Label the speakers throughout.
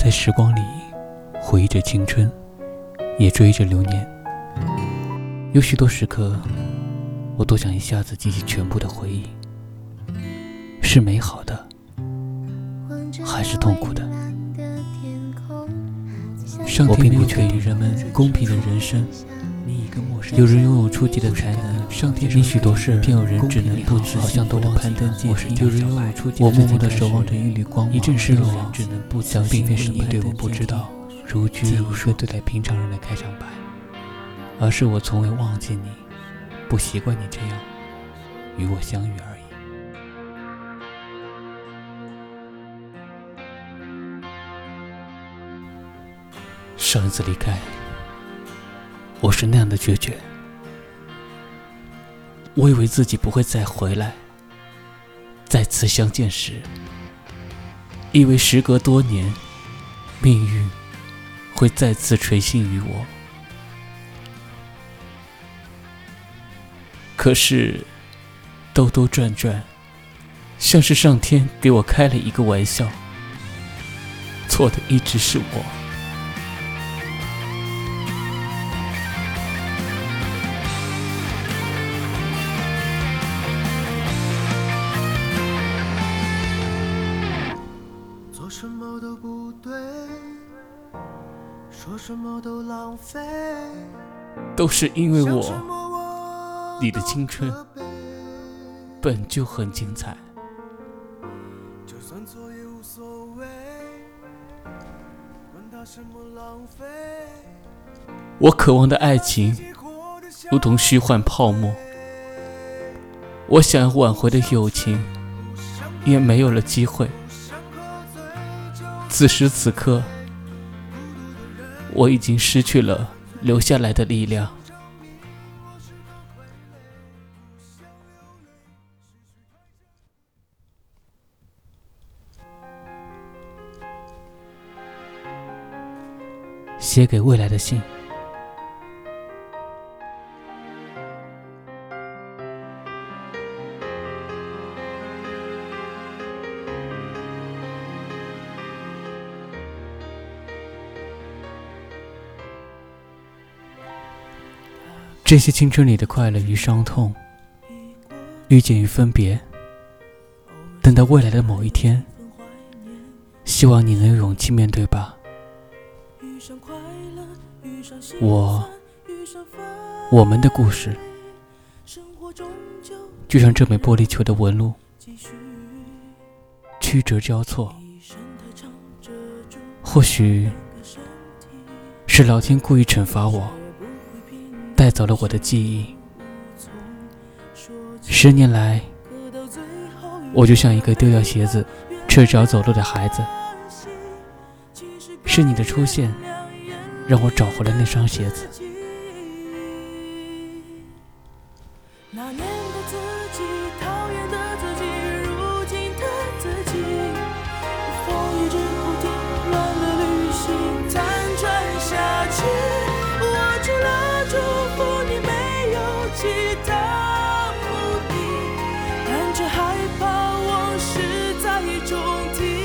Speaker 1: 在时光里回忆着青春，也追着流年。有许多时刻，我都想一下子记起全部的回忆，是美好的，还是痛苦的。我并不确定人们公平的人生，有人拥有出奇的才能，你许多事偏有人只能不自信，都能攀登阶梯。有人拥有出奇的才能，我默默地守望着一缕光芒，一阵失落，想并非是你对我不知道，如饥如说对待平常人的开场白，而是我从未忘记你，不习惯你这样与我相遇而已。上一次离开，我是那样的决绝，我以为自己不会再回来，再次相见时，以为时隔多年，命运会再次垂信于我。可是兜兜转转，像是上天给我开了一个玩笑，错的一直是我。
Speaker 2: 做什么都不对，说什么都浪费，
Speaker 1: 都是因为我，你的青春本就很精彩。
Speaker 2: 就算错也无所谓，管它什么浪费。
Speaker 1: 我渴望的爱情如同虚幻泡沫，我想要挽回的友情也没有了机会。此时此刻，我已经失去了留下来的力量。写给未来的信。这些青春里的快乐与伤痛，遇见与分别，等到未来的某一天，希望你能有勇气面对吧。我们的故事，就像这枚玻璃球的纹路，曲折交错。或许是老天故意惩罚我，带走了我的记忆。10年来，我就像一个丢掉鞋子赤脚走路的孩子。是你的出现让我找回了那双鞋子。
Speaker 2: 那年的自己，讨厌的自己，如今的自己，风一直不停，乱了旅行，辗转下去。我除了祝福你，没有其他目的，但却害怕往事再重提。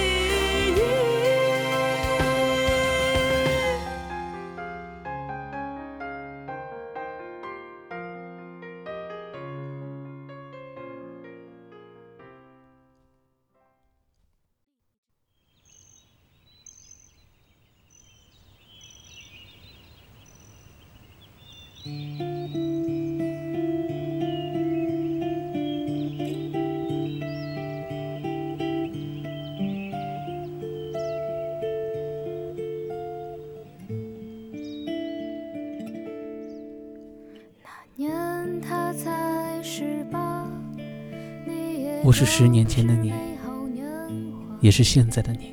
Speaker 1: 我是10年前的你，也是现在的你。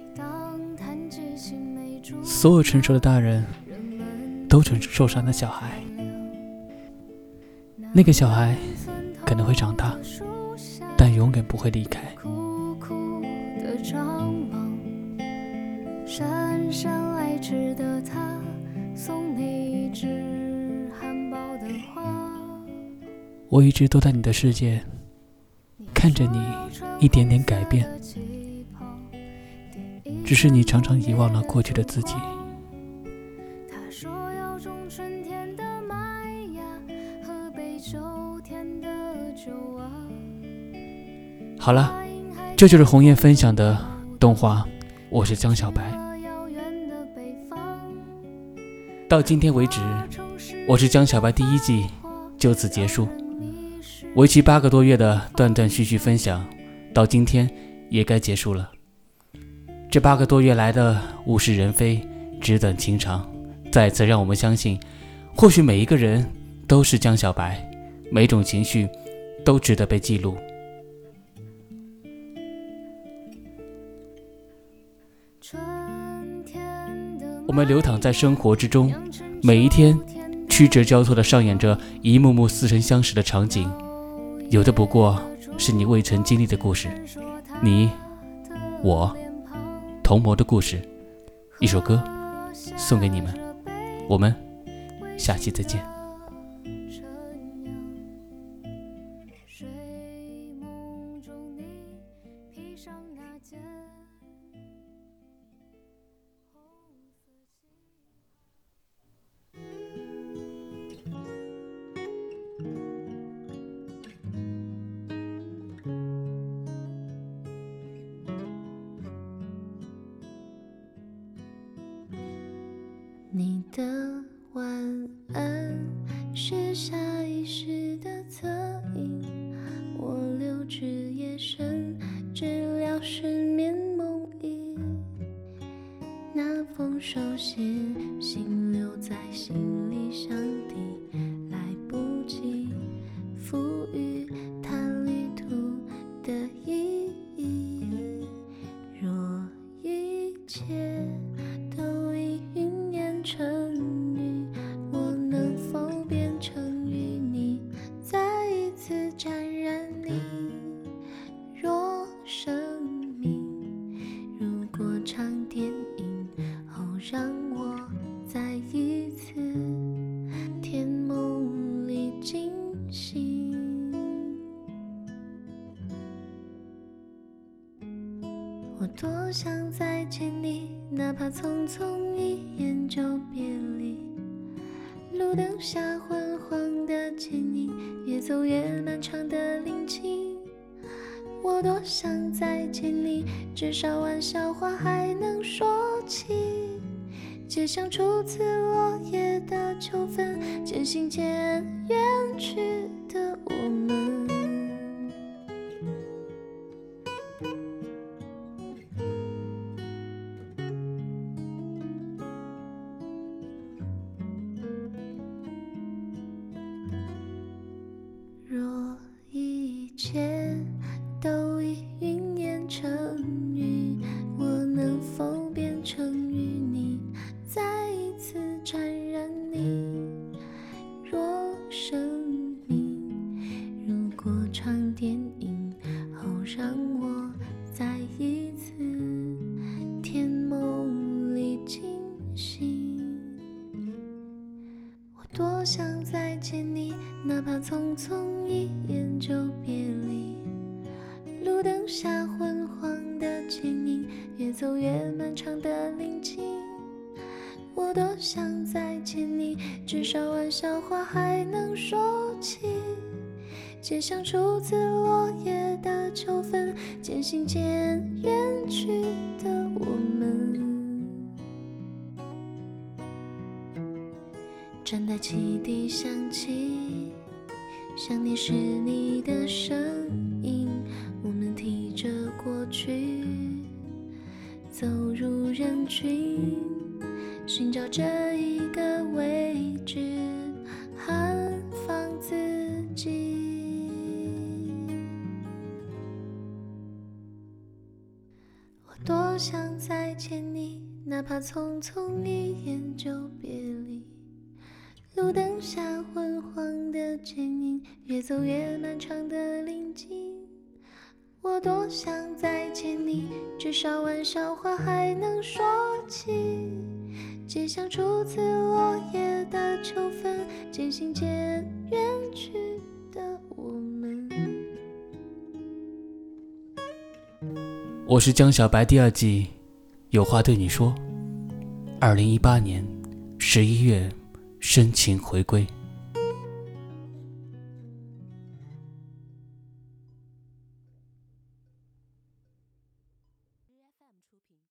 Speaker 1: 所有成熟的大人都曾受伤的小孩，那个小孩可能会长大，但永远不会离开。姗姗来迟的他送你一枝含苞的花。我一直都在你的世界，看着你一点点改变， 只是你常常遗忘了过去的自己。
Speaker 2: 他说要种春天的麦芽，喝杯秋天的酒啊。
Speaker 1: 好了，这就是鸿雁分享的动画，我是江小白。到今天为止，我是江小白第1季就此结束，为期8个多月的断断续续分享，到今天也该结束了。这8个多月来的物是人非，只等情长，再次让我们相信，或许每一个人都是江小白，每种情绪都值得被记录。我们流淌在生活之中，每一天曲折交错地上演着一幕幕似曾相识的场景，有的不过是你未曾经历的故事，你我同谋的故事。一首歌送给你们，我们下期再见。
Speaker 2: 你的晚安是下意识的侧影，我留至夜深，治疗失眠梦呓。那封手信，心留在行李箱底，来不及赋予它旅途的意义。若一切都已云烟成雨，我能否变成与你再一次沾染你？若生命如果场电影后，让我再一次天梦里惊醒。我多想再见你，哪怕匆匆一眼就别离。路灯下昏黄的剪影，越走越漫长的林径。我多想再见你，至少玩笑话还能说起。就像初次落叶的秋分，渐行渐远去的我们。若一切都已云烟成雨，我能否变成与你再一次沾染你？若生命如果场电影后，让我再一次天梦里惊醒。我多想再见你，哪怕匆匆一眼就别离。路灯下昏黄的剪影，越走越漫长的林径。我多想再见你，至少玩笑话还能说起。就像初次落叶的秋分，渐行渐远去的我们。站在汽笛响起，想念是你的声音，我们提着过去走入人群，寻找这一个位置安放自己。我多想再见你，哪怕匆匆一眼就别离。路灯下昏黄的剪影，越走越漫长的林径。我多想再见你，至少玩笑话还能说起。就像初次落叶的秋分，渐行渐远去的我们。
Speaker 1: 我是江小白第2季有话对你说。2018年11月，深情回归。